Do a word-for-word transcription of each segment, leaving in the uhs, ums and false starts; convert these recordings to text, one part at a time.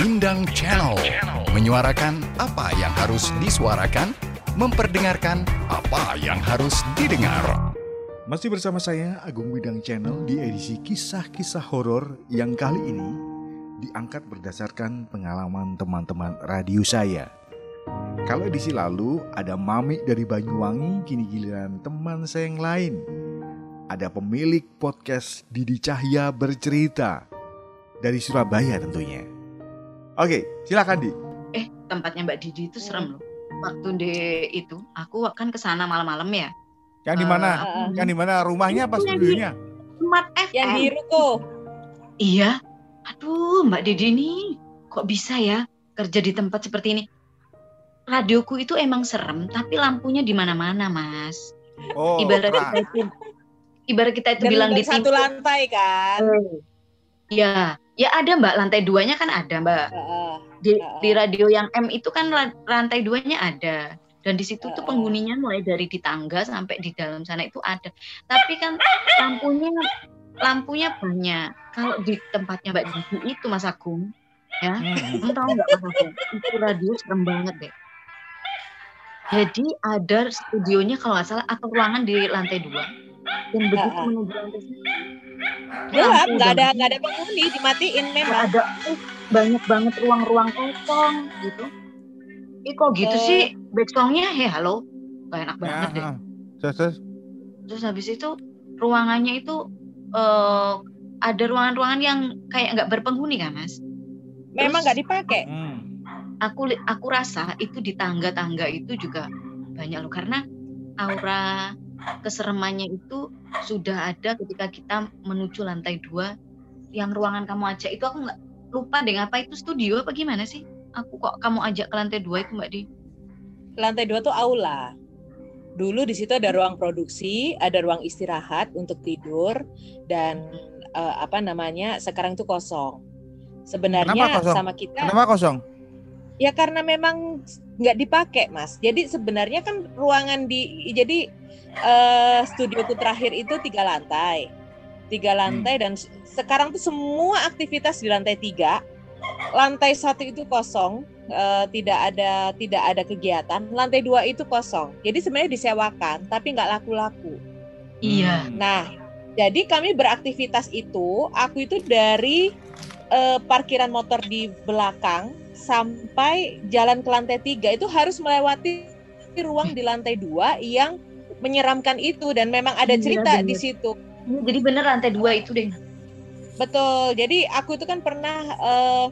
Windang Channel, menyuarakan apa yang harus disuarakan, memperdengarkan apa yang harus didengar. Masih bersama saya Agung Windang Channel di edisi kisah-kisah horor yang kali ini diangkat berdasarkan pengalaman teman-teman radio saya. Kalau edisi lalu ada Mami dari Banyuwangi, kini giliran teman saya yang lain. Ada pemilik podcast Didi Cahya Bercerita dari Surabaya tentunya. Oke, silakan Di. Eh, tempatnya Mbak Didi itu serem loh. Waktu di itu, aku kan ke sana malam-malam ya. Yang di mana? Uh, yang di mana rumahnya apa studionya? Smart F M. Yang di Ruko. Iya. Aduh, Mbak Didi ini kok bisa ya kerja di tempat seperti ini? Radioku itu emang serem, tapi lampunya di mana-mana, Mas. Oh, ibarat keren. kita itu ibarat kita itu Dan bilang di satu tim- lantai kan. Ya, ya ada Mbak, lantai duanya kan ada Mbak. Uh, Di, uh, di radio yang M itu kan lantai duanya ada. Dan di situ uh, tuh penghuninya mulai dari di tangga sampai di dalam sana itu ada. Tapi kan lampunya lampunya banyak. Kalau di tempatnya Mbak Didi itu Mas Agung, ya, Hmm. kamu tahu nggak Mas Agung? Itu radio serem banget deh. Jadi ada studionya kalau nggak salah atau ruangan di lantai dua. Dan begitu Uh-uh. menuju lantai satu, gelap, lampu nggak ada dan- nggak ada penghuni, dimatiin Nggak memang. ada, uh, banyak banget ruang-ruang kosong gitu. Ih kok gitu Oh. sih backsoundnya, hei halo, gak enak banget deh. Ya, terus, terus. Terus habis itu ruangannya itu eh, ada ruangan-ruangan yang kayak nggak berpenghuni kan Mas. Memang nggak dipakai. Hmm. Aku li- aku rasa itu di tangga-tangga itu juga banyak loh, karena aura keseremannya itu sudah ada ketika kita menuju lantai dua. Yang ruangan kamu ajak itu aku nggak lupa deh, apa itu studio apa gimana sih? Aku kok kamu ajak ke lantai dua itu Mbak Di? Lantai dua tuh aula. Dulu di situ ada ruang produksi, ada ruang istirahat untuk tidur, dan eh, apa namanya sekarang tuh kosong. Sebenarnya Kenapa kosong? sama kita. Kenapa kosong? Ya karena memang nggak dipakai Mas. Jadi sebenarnya kan ruangan di jadi eh, studioku terakhir itu tiga lantai, tiga lantai dan s- sekarang tuh semua aktivitas di lantai tiga. Lantai satu itu kosong, eh, tidak ada tidak ada kegiatan. Lantai dua itu kosong. Jadi sebenarnya disewakan, tapi nggak laku-laku. Iya. Hmm. Nah, jadi kami beraktivitas itu, aku itu dari eh, parkiran motor di belakang sampai jalan ke lantai tiga itu harus melewati ruang di lantai dua yang menyeramkan itu, dan memang ada Iya, cerita bener. di situ. Iya, jadi bener lantai dua itu deh. Betul. Jadi aku itu kan pernah eh,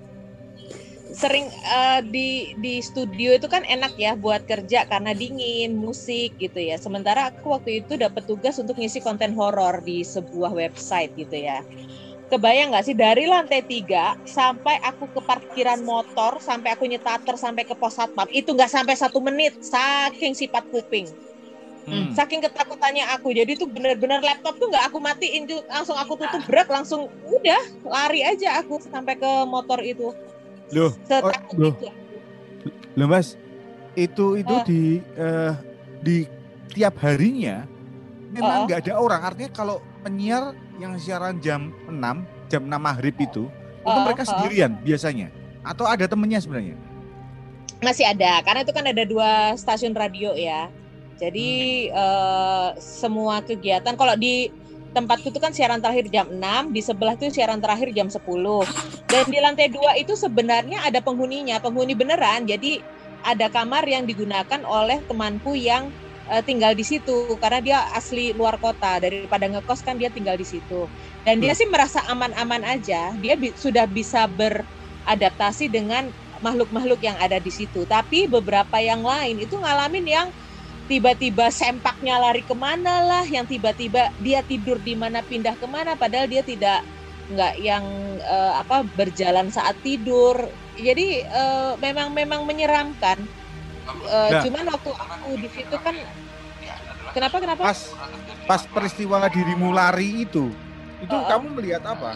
sering eh, di di studio itu kan enak ya buat kerja karena dingin, musik gitu ya. Sementara aku waktu itu dapat tugas untuk ngisi konten horor di sebuah website gitu ya. Kebayang nggak sih dari lantai tiga sampai aku ke parkiran motor, sampai aku nyetater sampai ke pos satpam itu nggak sampai satu menit, saking sifat kuping. Hmm. Saking ketakutannya aku, jadi tuh bener-bener laptop tuh nggak aku matiin, tuh langsung aku tutup brak, langsung udah lari aja aku sampai ke motor itu. Loh, Setakut oh, loh. itu. loh Mas, itu itu Eh. di eh, di tiap harinya memang Oh. nggak ada orang. Artinya kalau penyiar yang siaran jam enam, jam enam maghrib itu, itu Oh, mereka oh. sendirian biasanya, atau ada temennya sebenarnya? Masih ada, karena itu kan ada dua stasiun radio ya. Jadi eh, semua kegiatan, kalau di tempatku itu kan siaran terakhir jam enam, di sebelah itu siaran terakhir jam sepuluh. Dan di lantai dua itu sebenarnya ada penghuninya, penghuni beneran. Jadi ada kamar yang digunakan oleh temanku yang eh, tinggal di situ karena dia asli luar kota, daripada ngekos kan dia tinggal di situ. Dan dia sih merasa aman-aman aja. Dia bi- sudah bisa beradaptasi dengan makhluk-makhluk yang ada di situ. Tapi beberapa yang lain itu ngalamin yang tiba-tiba sempaknya lari kemana lah, yang tiba-tiba dia tidur di mana pindah kemana, padahal dia tidak nggak yang eh, apa berjalan saat tidur. Jadi eh, memang memang menyeramkan. Eh, Nah. Cuman waktu aku di situ kan kenapa kenapa? Pas pas peristiwa dirimu lari itu, itu Oh, oh. kamu melihat apa?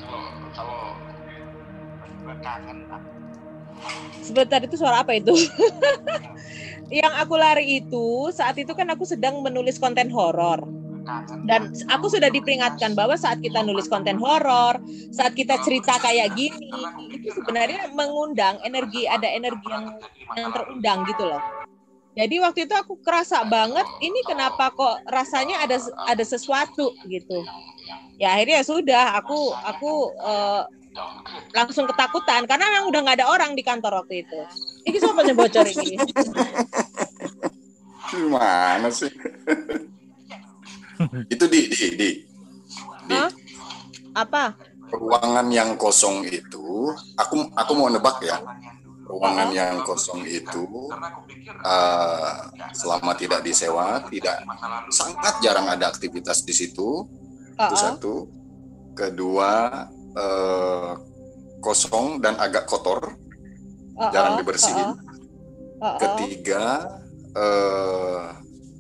Sebentar, itu suara apa itu? Yang aku lari itu saat itu kan aku sedang menulis konten horor. Dan aku sudah diperingatkan bahwa saat kita nulis konten horor, saat kita cerita kayak gini, itu sebenarnya mengundang energi, ada energi yang, yang terundang gitu loh. Jadi waktu itu aku kerasa banget, ini kenapa kok rasanya ada ada sesuatu gitu. Ya akhirnya sudah, aku aku uh, langsung ketakutan karena memang udah nggak ada orang di kantor waktu itu. Ini siapa yang bocor ini? Gimana sih? Itu di di di. di. Hah? Apa? Ruangan yang kosong itu, aku aku mau nebak ya. Ruangan yang kosong itu uh, selama tidak disewa, tidak sangat jarang ada aktivitas di situ. Uh-uh. Itu satu. Kedua, uh, kosong dan agak kotor, uh-uh. jarang dibersihin. Uh-uh. Uh-uh. Ketiga, uh,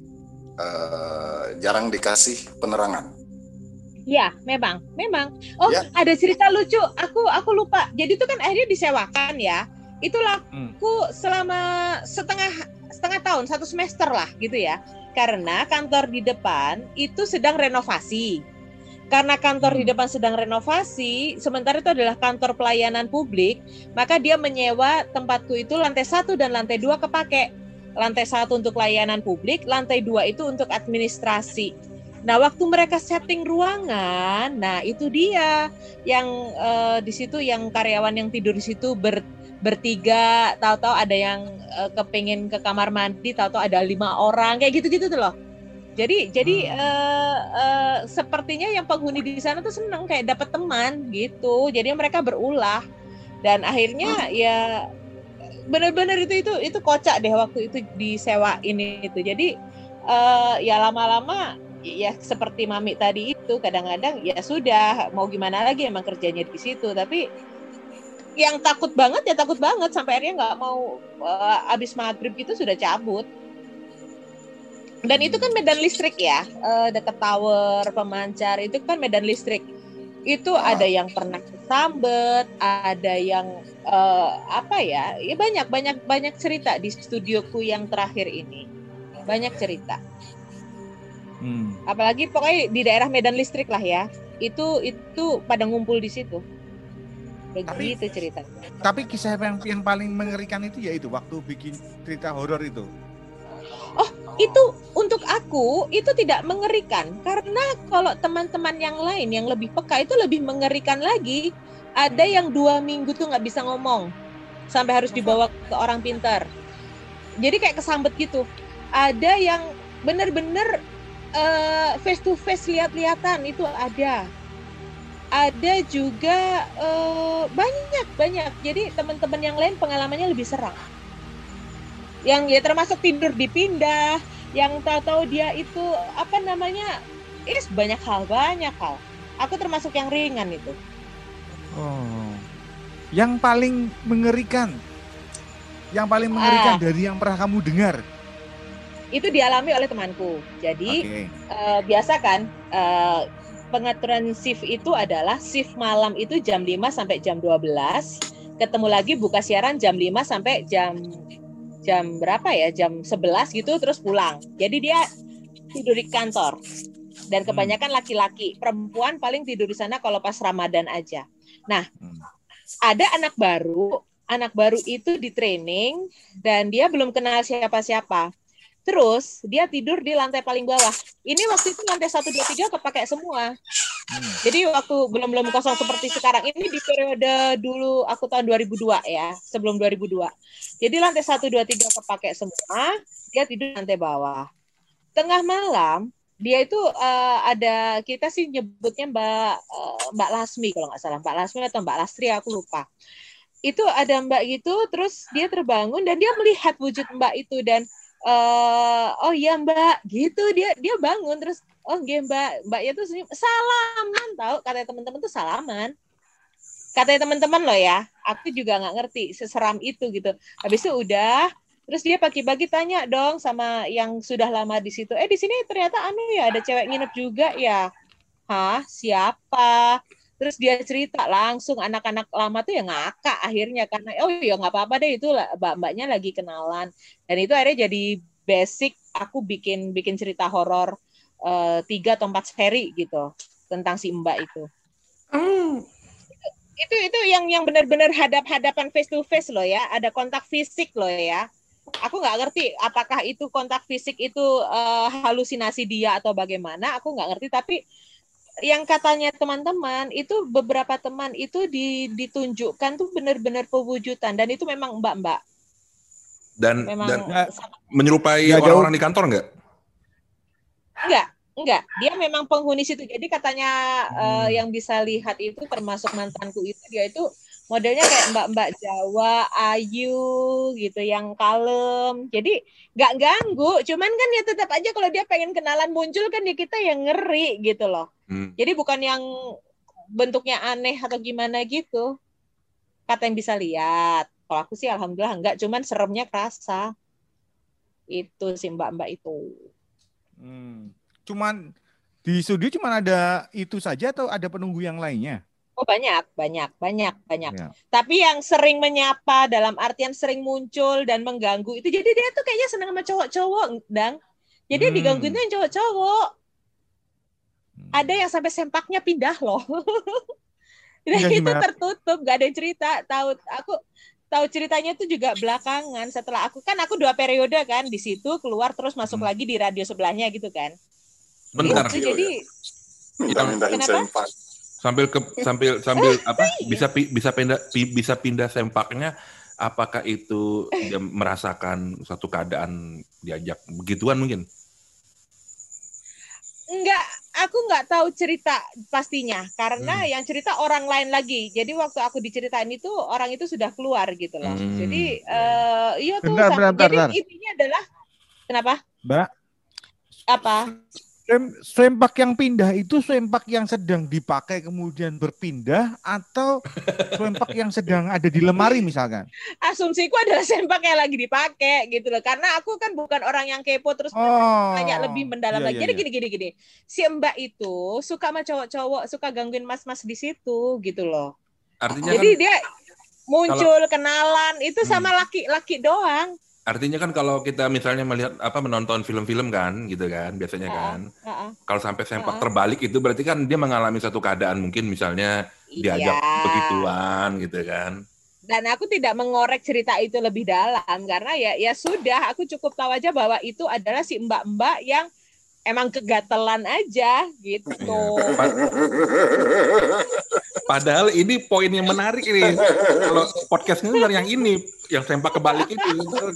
uh, jarang dikasih penerangan. Ya, memang, memang. Oh, ya. Ada cerita lucu. Aku aku lupa. Jadi itu kan akhirnya disewakan ya. Itu laku hmm. selama setengah setengah tahun, satu semester lah gitu ya. Karena kantor di depan itu sedang renovasi. Karena kantor hmm. di depan sedang renovasi, sementara itu adalah kantor pelayanan publik, maka dia menyewa tempatku itu lantai satu dan lantai dua kepake. Lantai satu untuk layanan publik, lantai dua itu untuk administrasi. Nah, waktu mereka setting ruangan, nah itu dia yang uh, di situ yang karyawan yang tidur di situ ber bertiga, tahu-tahu ada yang uh, kepingin ke kamar mandi, tahu-tahu ada lima orang, kayak gitu-gitu tuh loh. Jadi, jadi hmm. uh, uh, sepertinya yang penghuni di sana tuh seneng kayak dapat teman gitu. Jadi mereka berulah dan akhirnya hmm. ya benar-benar itu itu itu kocak deh waktu itu disewa ini itu. Jadi uh, ya lama-lama ya seperti Mami tadi itu kadang-kadang ya sudah mau gimana lagi emang kerjanya di situ, tapi yang takut banget ya takut banget sampai akhirnya nggak mau uh, abis maghrib itu sudah cabut. Dan itu kan medan listrik ya, uh, dekat tower pemancar itu kan medan listrik. Itu ada yang pernah kesambet, ada yang uh, apa ya? Ya banyak banyak banyak cerita di studioku yang terakhir ini. Banyak cerita. Hmm. Apalagi pokoknya di daerah medan listrik lah ya. Itu itu pada ngumpul di situ. Begitu tapi, ceritanya. Tapi kisah yang yang paling mengerikan itu ya itu waktu bikin cerita horor itu. Oh, itu untuk aku itu tidak mengerikan karena kalau teman-teman yang lain yang lebih peka itu lebih mengerikan lagi. Ada yang dua minggu tuh nggak bisa ngomong sampai harus dibawa ke orang pintar. Jadi kayak kesambet gitu. Ada yang benar-benar uh, face to face lihat-lihatan itu ada. Ada juga uh, banyak banyak. Jadi teman-teman yang lain pengalamannya lebih seram. Yang ya termasuk tidur dipindah, yang tahu-tahu dia itu apa namanya, ini banyak hal banyak hal. Aku termasuk yang ringan itu. Oh, yang paling mengerikan, yang paling mengerikan ah. dari yang pernah kamu dengar. Itu dialami oleh temanku. Jadi okay. uh, biasa kan. Uh, Pengaturan shift itu adalah shift malam itu jam lima sampai jam dua belas, ketemu lagi buka siaran jam lima sampai jam jam berapa ya? Jam sebelas gitu terus pulang. Jadi dia tidur di kantor. Dan kebanyakan laki-laki, perempuan paling tidur di sana kalau pas Ramadan aja. Nah, ada anak baru, anak baru itu di training dan dia belum kenal siapa-siapa. Terus dia tidur di lantai paling bawah. Ini waktu itu lantai satu, dua, tiga kepakai semua. Hmm. Jadi waktu belum-belum kosong seperti sekarang. Ini di periode dulu aku tahun dua ribu dua ya. Sebelum dua ribu dua. Jadi lantai satu, dua, tiga kepakai semua. Dia tidur di lantai bawah. Tengah malam, dia itu uh, ada, kita sih nyebutnya Mbak uh, Mbak Lasmi kalau nggak salah. Mbak Lasmi atau Mbak Lastri, aku lupa. Itu ada Mbak gitu, terus dia terbangun dan dia melihat wujud Mbak itu. Dan Uh, oh iya Mbak, gitu dia dia bangun terus oh iya Mbak, Mbaknya tuh senyum, salaman tahu katanya teman-teman tuh salaman, katanya teman-teman loh ya, aku juga nggak ngerti seseram itu gitu. Habis itu udah, terus dia pagi-pagi tanya dong sama yang sudah lama di situ, eh di sini ternyata anu ya ada cewek nginep juga ya, hah siapa? Terus dia cerita langsung anak-anak lama tuh ya ngakak akhirnya karena oh ya nggak apa-apa deh itu mbak-mbaknya lagi kenalan dan itu akhirnya jadi basic aku bikin bikin cerita horor uh, tiga atau empat seri gitu tentang si Mbak itu. Hmm. Itu itu yang yang benar-benar hadap-hadapan face to face loh ya, ada kontak fisik loh ya. Aku nggak ngerti apakah itu kontak fisik itu uh, halusinasi dia atau bagaimana, aku nggak ngerti. Tapi yang katanya teman-teman itu beberapa teman itu di, ditunjukkan tuh benar-benar pewujudan dan itu memang mbak-mbak. Dan, memang dan menyerupai ya, orang-orang di kantor nggak? Enggak. Enggak, dia memang penghuni situ. Jadi katanya hmm. uh, yang bisa lihat itu termasuk mantanku itu, dia itu modelnya kayak mbak-mbak Jawa, ayu gitu, yang kalem. Jadi nggak ganggu, cuman kan ya tetap aja kalau dia pengen kenalan muncul kan ya kita yang ngeri gitu loh. Hmm. Jadi bukan yang bentuknya aneh atau gimana gitu. Kata yang bisa lihat. Kalau aku sih alhamdulillah enggak, cuman seremnya kerasa. Itu sih mbak-mbak itu. Hmm. Cuman di studio cuman ada itu saja atau ada penunggu yang lainnya? Oh banyak, banyak, banyak, banyak. Ya. Tapi yang sering menyapa dalam artian sering muncul dan mengganggu itu, jadi dia tuh kayaknya senang sama cowok-cowok, Dang. Jadi hmm. digangguin tuh yang cowok-cowok. Hmm. Ada yang sampai sempaknya pindah loh. Dan itu tertutup, gak ada yang cerita. Tahu aku tahu ceritanya tuh juga belakangan. Setelah aku kan aku dua periode kan di situ, keluar terus masuk hmm. lagi di radio sebelahnya gitu kan. Bentar. Itu jadi minta-mintain sempak. Sambil ke sambil sambil apa? Bisa bisa pindah bisa pindah sempaknya. Apakah itu dia merasakan suatu keadaan diajak begituan mungkin? Enggak, aku nggak tahu cerita pastinya karena hmm. yang cerita orang lain lagi. Jadi waktu aku diceritain itu orang itu sudah keluar gitu loh. Hmm. Jadi uh, iya tuh. Bentar, bentar, jadi bentar. intinya adalah kenapa? Mbak. Apa? Sempak yang pindah itu sempak yang sedang dipakai kemudian berpindah atau sempak yang sedang ada di lemari misalkan? Asumsiku adalah sempak yang lagi dipakai gitu loh. Karena aku kan bukan orang yang kepo terus oh, tanya lebih mendalam iya, lagi. Iya, Jadi iya. gini-gini gini. Si Mbak itu suka sama cowok-cowok, suka gangguin mas-mas di situ gitu loh. Artinya jadi kan, dia muncul kalau, kenalan itu sama hmm. laki-laki doang. Artinya kan kalau kita misalnya melihat apa menonton film-film kan gitu kan biasanya kan uh, uh, uh. kalau sampai sempak uh. terbalik itu berarti kan dia mengalami satu keadaan mungkin misalnya diajak iya. begituan gitu kan. Dan aku tidak mengorek cerita itu lebih dalam karena ya ya sudah aku cukup tahu aja bahwa itu adalah si mbak-mbak yang emang kegatelan aja gitu. Iya. Padahal ini poin yang menarik ini. Kalau podcastnya dari yang ini, yang sempak kebalik itu.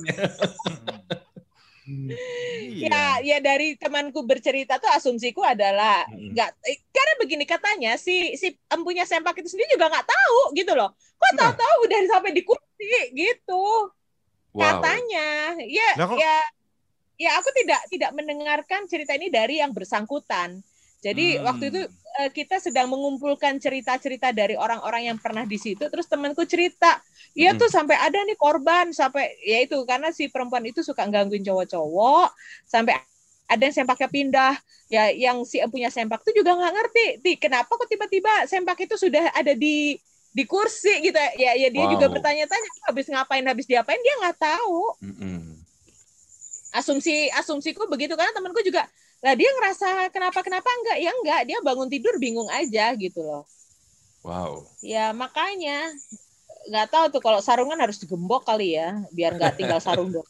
ya, ya dari temanku bercerita tuh asumsiku adalah nggak. Hmm. Karena begini katanya si si empunya sempak itu sendiri juga nggak tahu gitu loh. Kok tahu-tahu udah sampai di kursi gitu. Wow. Katanya, ya, nah, ya, ya aku tidak tidak mendengarkan cerita ini dari yang bersangkutan. Jadi hmm. waktu itu uh, kita sedang mengumpulkan cerita-cerita dari orang-orang yang pernah di situ. Terus temanku cerita, iya hmm. tuh sampai ada nih korban sampai ya itu karena si perempuan itu suka gangguin cowok-cowok sampai ada yang sempaknya pindah. Ya yang si punya sempak tuh juga nggak ngerti, Ti, kenapa kok tiba-tiba sempak itu sudah ada di di kursi gitu ya. Ya dia wow. juga bertanya-tanya habis ngapain habis diapain dia nggak tahu. Hmm. Asumsi asumsiku begitu karena temanku juga lah dia ngerasa kenapa-kenapa enggak ya enggak dia bangun tidur bingung aja gitu loh. Wow. Ya makanya nggak tahu tuh kalau sarungan harus digembok kali ya biar nggak tinggal sarung doang.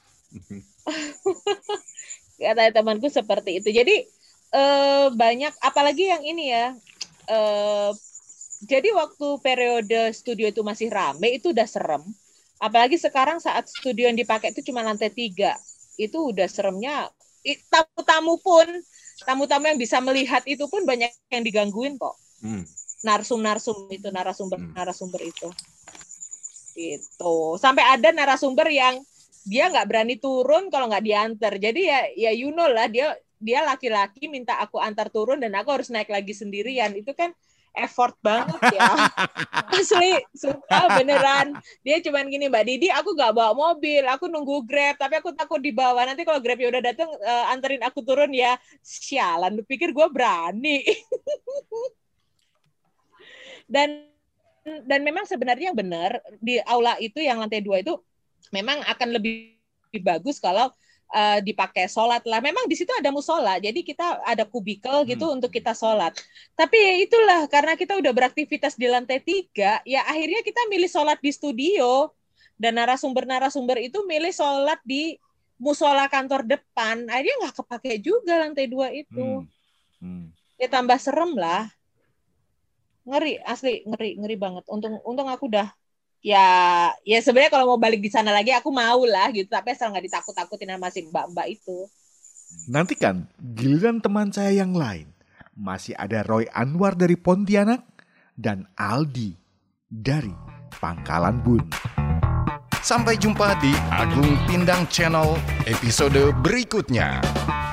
Kata temanku seperti itu. Jadi eh, banyak apalagi yang ini ya. Eh, jadi waktu periode studio itu masih rame itu udah serem. Apalagi sekarang saat studio yang dipakai itu cuma lantai tiga. Itu udah seremnya. Tamu-tamu pun, tamu-tamu yang bisa melihat itu pun banyak yang digangguin kok. Hmm. Narsum-narsum itu, narasumber-narasumber itu. Itu. Sampai ada narasumber yang dia nggak berani turun kalau nggak diantar. Jadi ya, ya you know lah, dia dia laki-laki minta aku antar turun dan aku harus naik lagi sendirian. Itu kan effort banget ya. Asli, sumpah beneran. Dia cuman gini, Mbak Didi, aku gak bawa mobil, aku nunggu Grab, tapi aku takut dibawa. Nanti kalau Grabnya udah datang, uh, anterin aku turun ya. Sialan, lu pikir gue berani? dan dan memang sebenarnya yang benar, di aula itu yang lantai dua itu, memang akan lebih, lebih bagus kalau uh, dipakai sholat lah. Memang di situ ada musola, jadi kita ada kubikel gitu hmm. untuk kita sholat. Tapi ya itulah, karena kita udah beraktivitas di lantai tiga, ya akhirnya kita milih sholat di studio. Dan narasumber-narasumber itu milih sholat di musola kantor depan. Akhirnya nggak kepake juga lantai dua itu. Hmm. Hmm. Ya tambah serem lah. Ngeri, asli ngeri, ngeri banget. Untung, untung aku udah ya, ya sebenarnya kalau mau balik di sana lagi aku mau lah gitu. Tapi asal nggak ditakut-takutin sama si mbak-mbak itu. Nantikan giliran teman saya yang lain. Masih ada Roy Anwar dari Pontianak dan Aldi dari Pangkalan Bun. Sampai jumpa di Agung Pindang Channel episode berikutnya.